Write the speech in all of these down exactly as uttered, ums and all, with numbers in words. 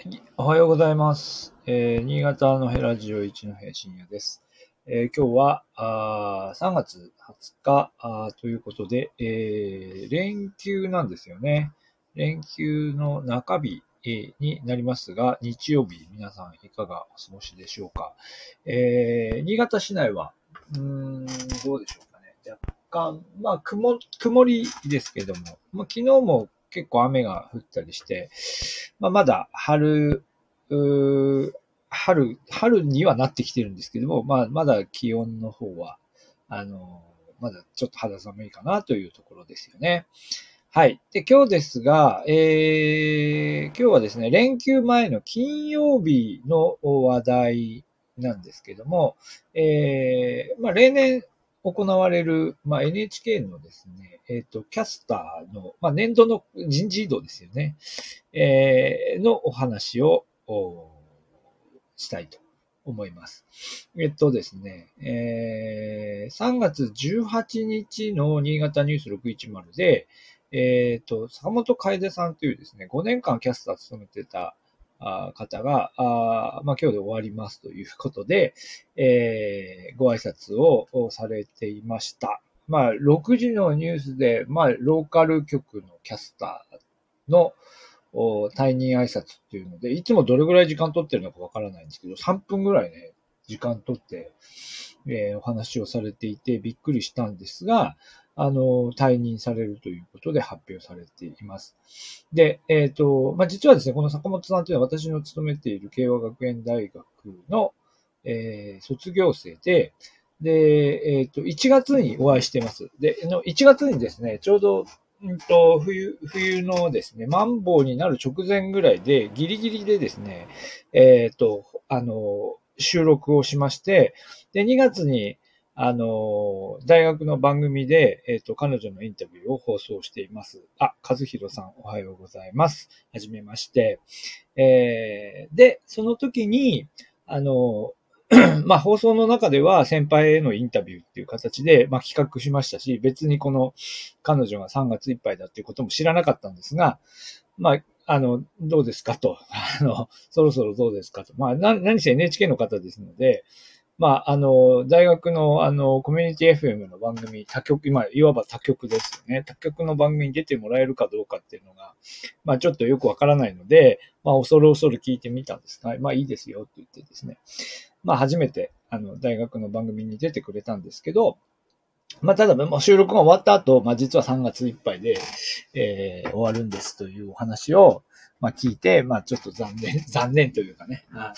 おはようございます。えー、新潟のヘラジオ一の平深夜です。えー、今日はあさんがつはつかあということで、えー、連休なんですよね。連休の中日、えーになりますが、日曜日皆さんいかがお過ごしでしょうか。えー、新潟市内はうーんどうでしょうかね。若干、まあ曇、曇りですけども、まあ、昨日も結構雨が降ったりして、まあ、まだ春、うー春、春にはなってきてるんですけども、まあ、まだ気温の方は、あの、まだちょっと肌寒いかなというところですよね。はい。で、今日ですが、えー、今日はですね、連休前の金曜日の話題なんですけども、えー、まあ、例年行われる、まあ、エヌエイチケー のですね、えっと、キャスターの、まあ、年度の人事異動ですよね。えー、のお話をしたいと思います。えっとですね、えー、さんがつじゅうはちにちの新潟ニュースろくいちまるで、えっと、坂本楓さんというですね、ごねんかんキャスターを務めてた方が、あまあ、今日で終わりますということで、えー、ご挨拶をされていました。まあ、ろくじのニュースで、まあ、ローカル局のキャスターの退任挨拶っていうので、いつもどれぐらい時間取ってるのかわからないんですけど、さんぷんぐらいね、時間取って、えー、お話をされていてびっくりしたんですが、あの、退任されるということで発表されています。で、えっと、まあ、実はですね、この坂本さんというのは私の勤めている慶応学園大学の、えー、卒業生で、で、えっと、いちがつにお会いしています。で、のいちがつにですね、ちょうどうんと、冬、冬のですね、マンボウになる直前ぐらいで、ギリギリでですね、えっと、あの、収録をしまして、で、にがつに、あの、大学の番組で、えっと、彼女のインタビューを放送しています。あ、和弘さん、おはようございます。はじめまして。えー、で、その時に、あの、まあ放送の中では先輩へのインタビューっていう形で、まあ企画しましたし、別にこの彼女がさんがついっぱいだっていうことも知らなかったんですが、まあ、あの、どうですかと。あの、そろそろどうですかと。まあ、な何せ エヌエイチケー の方ですので、まあ、あの、大学の、あの、コミュニティ エフエム の番組、他局、今、いわば他局ですよね。他局の番組に出てもらえるかどうかっていうのが、まあ、ちょっとよくわからないので、まあ、恐る恐る聞いてみたんですが、まあ、いいですよって言ってですね。まあ、初めて、あの、大学の番組に出てくれたんですけど、まあ、ただ、まあ、収録が終わった後、まあ、実はさんがついっぱいで、えー、終わるんですというお話を、まあ、聞いて、まあ、ちょっと残念、残念というかね、はい、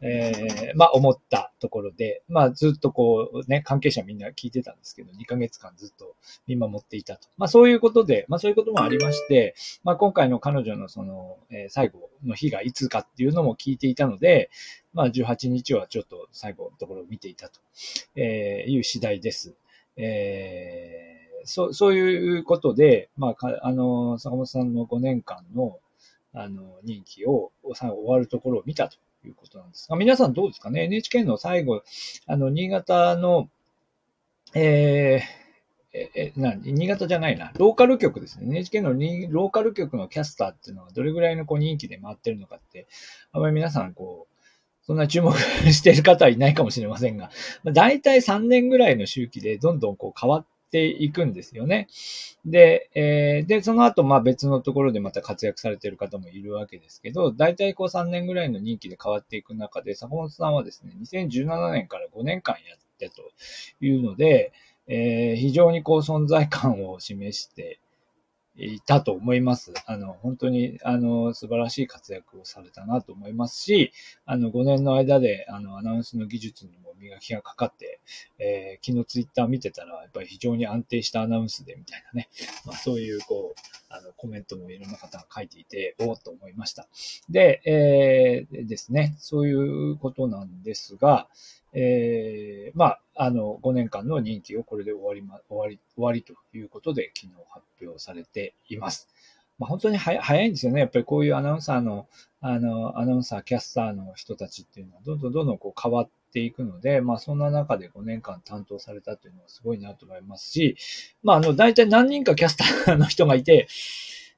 えー、まあ、思ったところで、まあ、ずっとこう、ね、関係者みんな聞いてたんですけど、にかげつかんずっと見守っていたと。まあ、そういうことで、まあ、そういうこともありまして、まあ、今回の彼女のその、えー、最後の日がいつかっていうのも聞いていたので、まあ、じゅうはちにちはちょっと最後のところを見ていたと、えー、いう次第です。えー、そう、そういうことで、まあ、あの、坂本さんのごねんかんの、あの、任期を最後終わるところを見たということなんですが、皆さんどうですかね？ エヌエイチケー の最後、あの、新潟の、えー、え、え、な、新潟じゃないな。ローカル局ですね。エヌエイチケー のローカル局のキャスターっていうのはどれぐらいのこう人気で回ってるのかって、あまり皆さんこう、そんな注目している方はいないかもしれませんが、だいたいさんねんぐらいの周期でどんどんこう変わっていくんですよね。で、えー、で、その後、まあ別のところでまた活躍されている方もいるわけですけど、だいたいこうさんねんぐらいの任期で変わっていく中で、坂本さんはですね、にせんじゅうななねんからごねんかんやってというので、えー、非常にこう存在感を示していたと思います。あの、本当に、あの、素晴らしい活躍をされたなと思いますし、あの、ごねんの間で、あの、アナウンスの技術にも磨きがかかって、えー、昨日ツイッター見てたら、やっぱり非常に安定したアナウンスで、みたいなね、まあ、そういう、こう、あの、コメントもいろんな方が書いていて、おおと思いました。で、えー、ですね、そういうことなんですが、えー、まあ、あの、ごねんかんの任期をこれで終わりま、終わり、終わりということで、昨日発表されています。まあ、本当に早早いんですよね。やっぱりこういうアナウンサーの、あの、アナウンサー、キャスターの人たちっていうのは、どんどんどんどんこう変わっていくので、まあ、そんな中でごねんかん担当されたというのはすごいなと思いますし、まあ、あの、大体何人かキャスターの人がいて、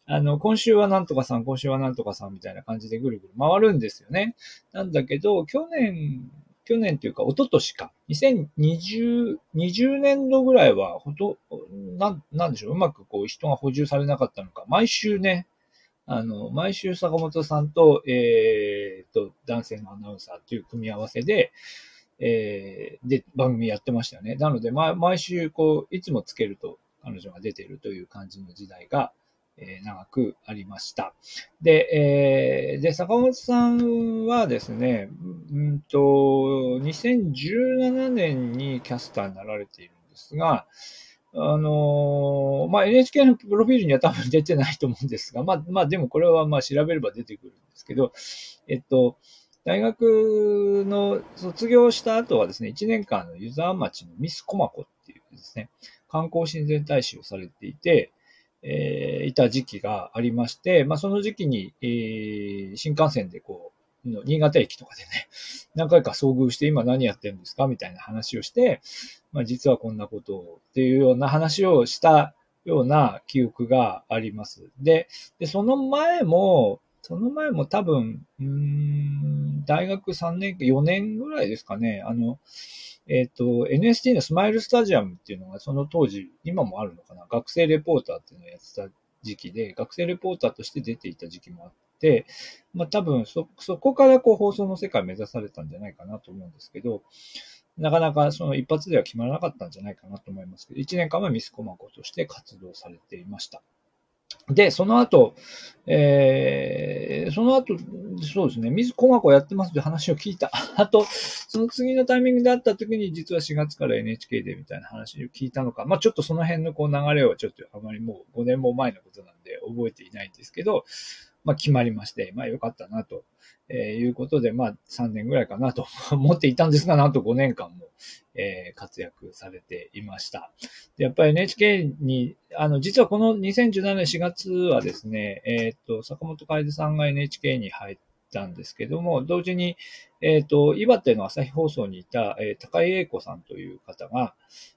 あの、今週はなんとかさん、今週はなんとかさんみたいな感じでぐるぐる回るんですよね。なんだけど、去年、去年というか、一昨年か。にせんにじゅう、にじゅうねんどぐらいは、ほと、なん、なんでしょう、うまくこう人が補充されなかったのか。毎週ね、あの、毎週坂本さんと、えー、と、男性のアナウンサーという組み合わせで、えー、で、番組やってましたよね。なので、ま、毎週、こう、いつもつけると彼女が出ているという感じの時代が、えー、長くありました。で、えー、で、坂本さんはですね、うんと、にせんじゅうななねんにキャスターになられているんですが、あのーまあ、エヌエイチケー のプロフィールには多分出てないと思うんですが、まあ、まあ、でもこれはまあ調べれば出てくるんですけど、えっと、大学の卒業した後はですね、いちねんかんの湯沢町のミスコマコっていうですね、観光親善大使をされていて、えー、いた時期がありまして、まあ、その時期に、えー、新幹線でこう、新潟駅とかでね、何回か遭遇して今何やってるんですかみたいな話をして、まあ、実はこんなことをっていうような話をしたような記憶があります。で、でその前も、その前も多分、うーん、大学さんねんかよねんぐらいですかね、あの、えっ、と、エヌエスティー のスマイルスタジアムっていうのがその当時、今もあるのかな、学生レポーターっていうのをやってた時期で、学生レポーターとして出ていた時期もあって、まあ多分そ、そこからこう放送の世界を目指されたんじゃないかなと思うんですけど、なかなかその一発では決まらなかったんじゃないかなと思いますけど、いちねんかんはミスコマコとして活動されていました。で、その後、えー、その後、そうですね、ミスコマコやってますって話を聞いた。あと、その次のタイミングであった時に、実はしがつから エヌエイチケー でみたいな話を聞いたのか、まあちょっとその辺のこう流れをちょっとあまりもうごねんも前のことなんで覚えていないんですけど、まあ決まりまして、まあ良かったなと、えー、いうことで、まあさんねんぐらいかなと思っていたんですが、なんとごねんかんも、えー、活躍されていました。でやっぱり エヌエイチケー に、あの、実はこのにせんじゅうななねんしがつはですね、えっ、と、坂本楓さんが エヌエイチケー に入ったんですけども、同時に、えっ、と、岩手の朝日放送にいた、えー、高井英子さんという方が、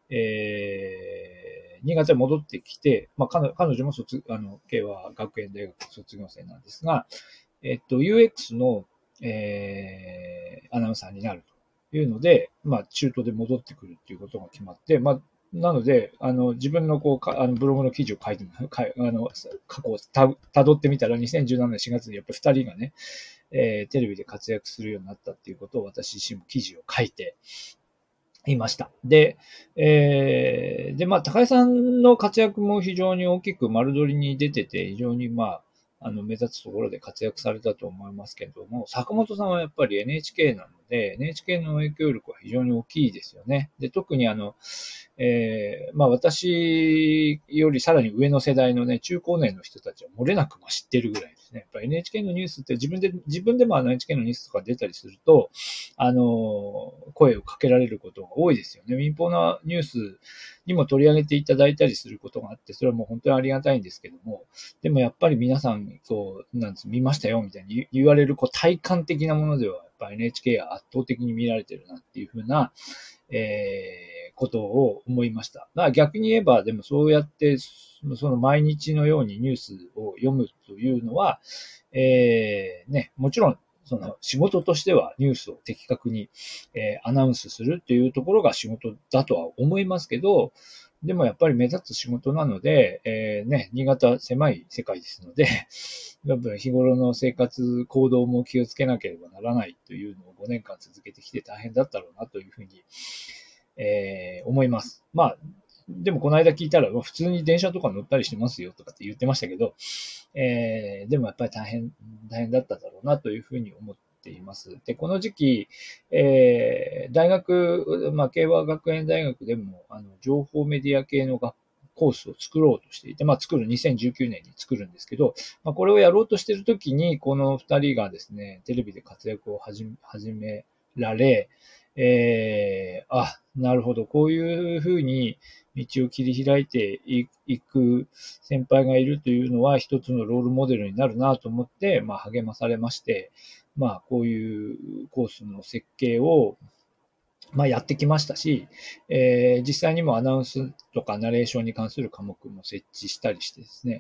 えー、新潟に戻ってきて、まあ、彼彼女も卒、あの、慶和学園大学卒業生なんですが、えっ、と、ユーエックス の、えー、アナウンサーになるというので、まあ、中途で戻ってくるっていうことが決まって、まあ、なので、あの、自分のこう、かあのブログの記事を書いて、かあの、過去をた辿ってみたら、にせんじゅうななねんしがつにやっぱり二人がね、えー、テレビで活躍するようになったっていうことを私自身も記事を書いていました。で、えー、で、まあ、高井さんの活躍も非常に大きく丸取りに出てて、非常にまあ、あの、目立つところで活躍されたと思いますけれども、坂本さんはやっぱり エヌエイチケー なので、エヌエイチケー の影響力は非常に大きいですよね。で、特にあの、えー、まあ私よりさらに上の世代のね、中高年の人たちは漏れなく知ってるぐらいですね。やっぱ エヌエイチケー のニュースって自分で、自分でも エヌエイチケー のニュースとか出たりすると、あの、声をかけられることが多いですよね。民放のニュースにも取り上げていただいたりすることがあって、それはもう本当にありがたいんですけども、でもやっぱり皆さんにこう、なんです、見ましたよみたいに言われるこう体感的なものでは、やっぱ エヌエイチケー が圧倒的に見られてるなっていうふうな、えー、ことを思いました。だから逆に言えば、でもそうやって、その毎日のようにニュースを読むというのは、えー、ね、もちろん、その仕事としてはニュースを的確に、えー、アナウンスするっていうところが仕事だとは思いますけど、でもやっぱり目立つ仕事なので、えー、ね、新潟狭い世界ですので、やっぱり日頃の生活、行動も気をつけなければならないというのをごねんかん続けてきて大変だったろうなというふうに、えー、思います。まあ、でもこの間聞いたら、普通に電車とか乗ったりしてますよとかって言ってましたけど、えー、でもやっぱり大変、大変だっただろうなというふうに思っています。で、この時期、えー、大学、まあ、慶和学園大学でも、あの、情報メディア系の学コースを作ろうとしていて、まあ、作るにせんじゅうきゅうねんに作るんですけど、まあ、これをやろうとしているときに、この二人がですね、テレビで活躍を始め、始められ、えー、あ、なるほど、こういうふうに道を切り開いていく先輩がいるというのは一つのロールモデルになるなと思って、まあ、励まされまして、まあ、こういうコースの設計を、まあ、やってきましたし、えー、実際にもアナウンスとかナレーションに関する科目も設置したりしてですね、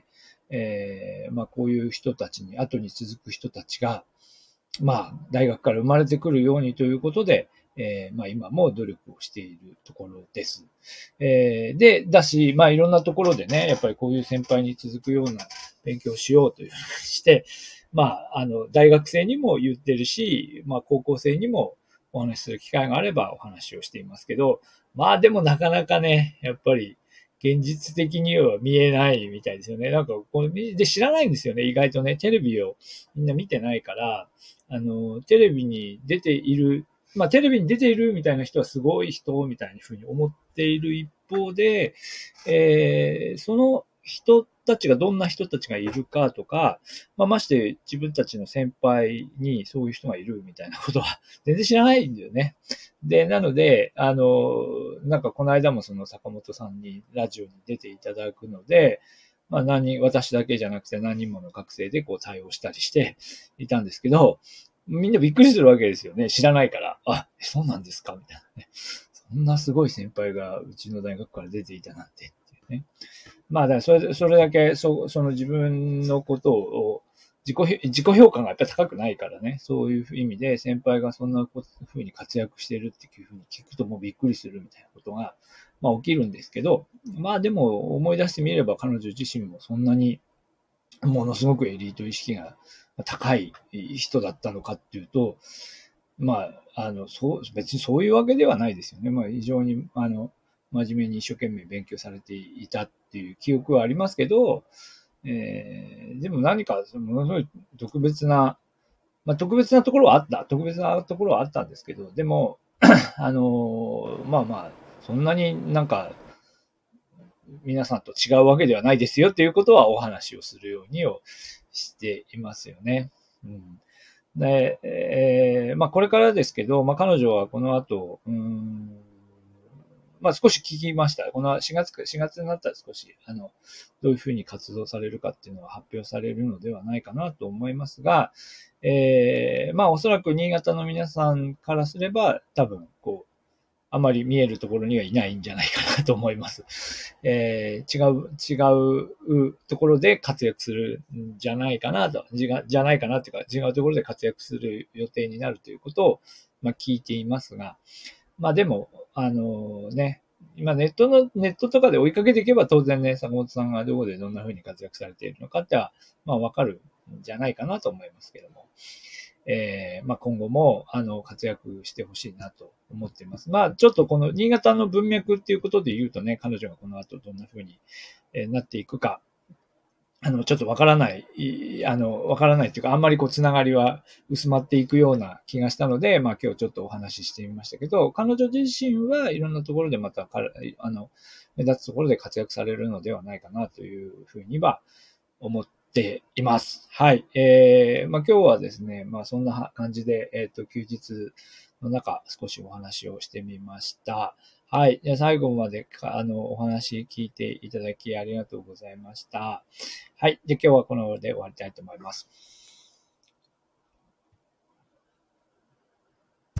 えー、まあこういう人たちに、後に続く人たちが、まあ大学から生まれてくるようにということで、えー、まあ今も努力をしているところです。えー、で、だし、まあいろんなところでね、やっぱりこういう先輩に続くような勉強をしようというふうにして、まあ、あの、大学生にも言ってるし、まあ高校生にもお話しする機会があればお話をしていますけど、まあでもなかなかね、やっぱり現実的には見えないみたいですよね。なんかこう、で知らないんですよね、意外とね。テレビをみんな見てないから、あの、テレビに出ている、まあテレビに出ているみたいな人はすごい人みたいなふうに思っている一方で、えー、その人たちがどんな人たちがいるかとか、まあ、まして自分たちの先輩にそういう人がいるみたいなことは全然知らないんだよね。で、なので、あの、なんかこの間もその坂本さんにラジオに出ていただくので、まあ何人、私だけじゃなくて何人もの学生でこう対応したりしていたんですけど、みんなびっくりするわけですよね。知らないから。あ、そうなんですかみたいなね。そんなすごい先輩がうちの大学から出ていたなんてっていうね。まあ、だからそれ、それだけ、そその自分のことを、自己、自己評価がやっぱり高くないからね。そういう意味で先輩がそんなふうに活躍してるっていうふうに聞くともうびっくりするみたいなことが、まあ起きるんですけど、まあでも思い出してみれば彼女自身もそんなにものすごくエリート意識が高い人だったのかっていうと、まあ、あの、そう、別にそういうわけではないですよね。まあ非常に、あの、真面目に一生懸命勉強されていたっていう記憶はありますけど、えー、でも何か、ものすごい特別な、まあ特別なところはあった。特別なところはあったんですけど、でも、あのー、まあまあ、そんなになんか、皆さんと違うわけではないですよっていうことはお話をするようにをしていますよね。うん。で、えー、まあこれからですけど、まあ彼女はこの後、うーん、まあ少し聞きました。このしがつか、しがつになったら少し、あの、どういうふうに活動されるかっていうのは発表されるのではないかなと思いますが、えー、まあおそらく新潟の皆さんからすれば、多分、こう、あまり見えるところにはいないんじゃないかなと思います。えー、違う、違うところで活躍するんじゃないかなと、じがじゃないかなっていうか、違うところで活躍する予定になるということを、まあ、聞いていますが、まあでも、あのね、今ネットの、ネットとかで追いかけていけば当然ね、坂本さんがどこでどんな風に活躍されているのかっては、まあわかるんじゃないかなと思いますけども。えー、まあ今後も、あの、活躍してほしいなと思っています。まあちょっとこの新潟の文脈っていうことで言うとね、彼女がこの後どんな風になっていくか、あの、ちょっとわからない、あの、わからないっていうか、あんまりこう、つながりは薄まっていくような気がしたので、まあ今日ちょっとお話ししてみましたけど、彼女自身はいろんなところでまた、あの、目立つところで活躍されるのではないかなというふうには思っています。はい。えー、まあ今日はですね、まあそんな感じで、えっと、休日の中、少しお話をしてみました。はい。じゃあ最後まで、あの、お話聞いていただきありがとうございました。はい。で、今日はこので終わりたいと思います。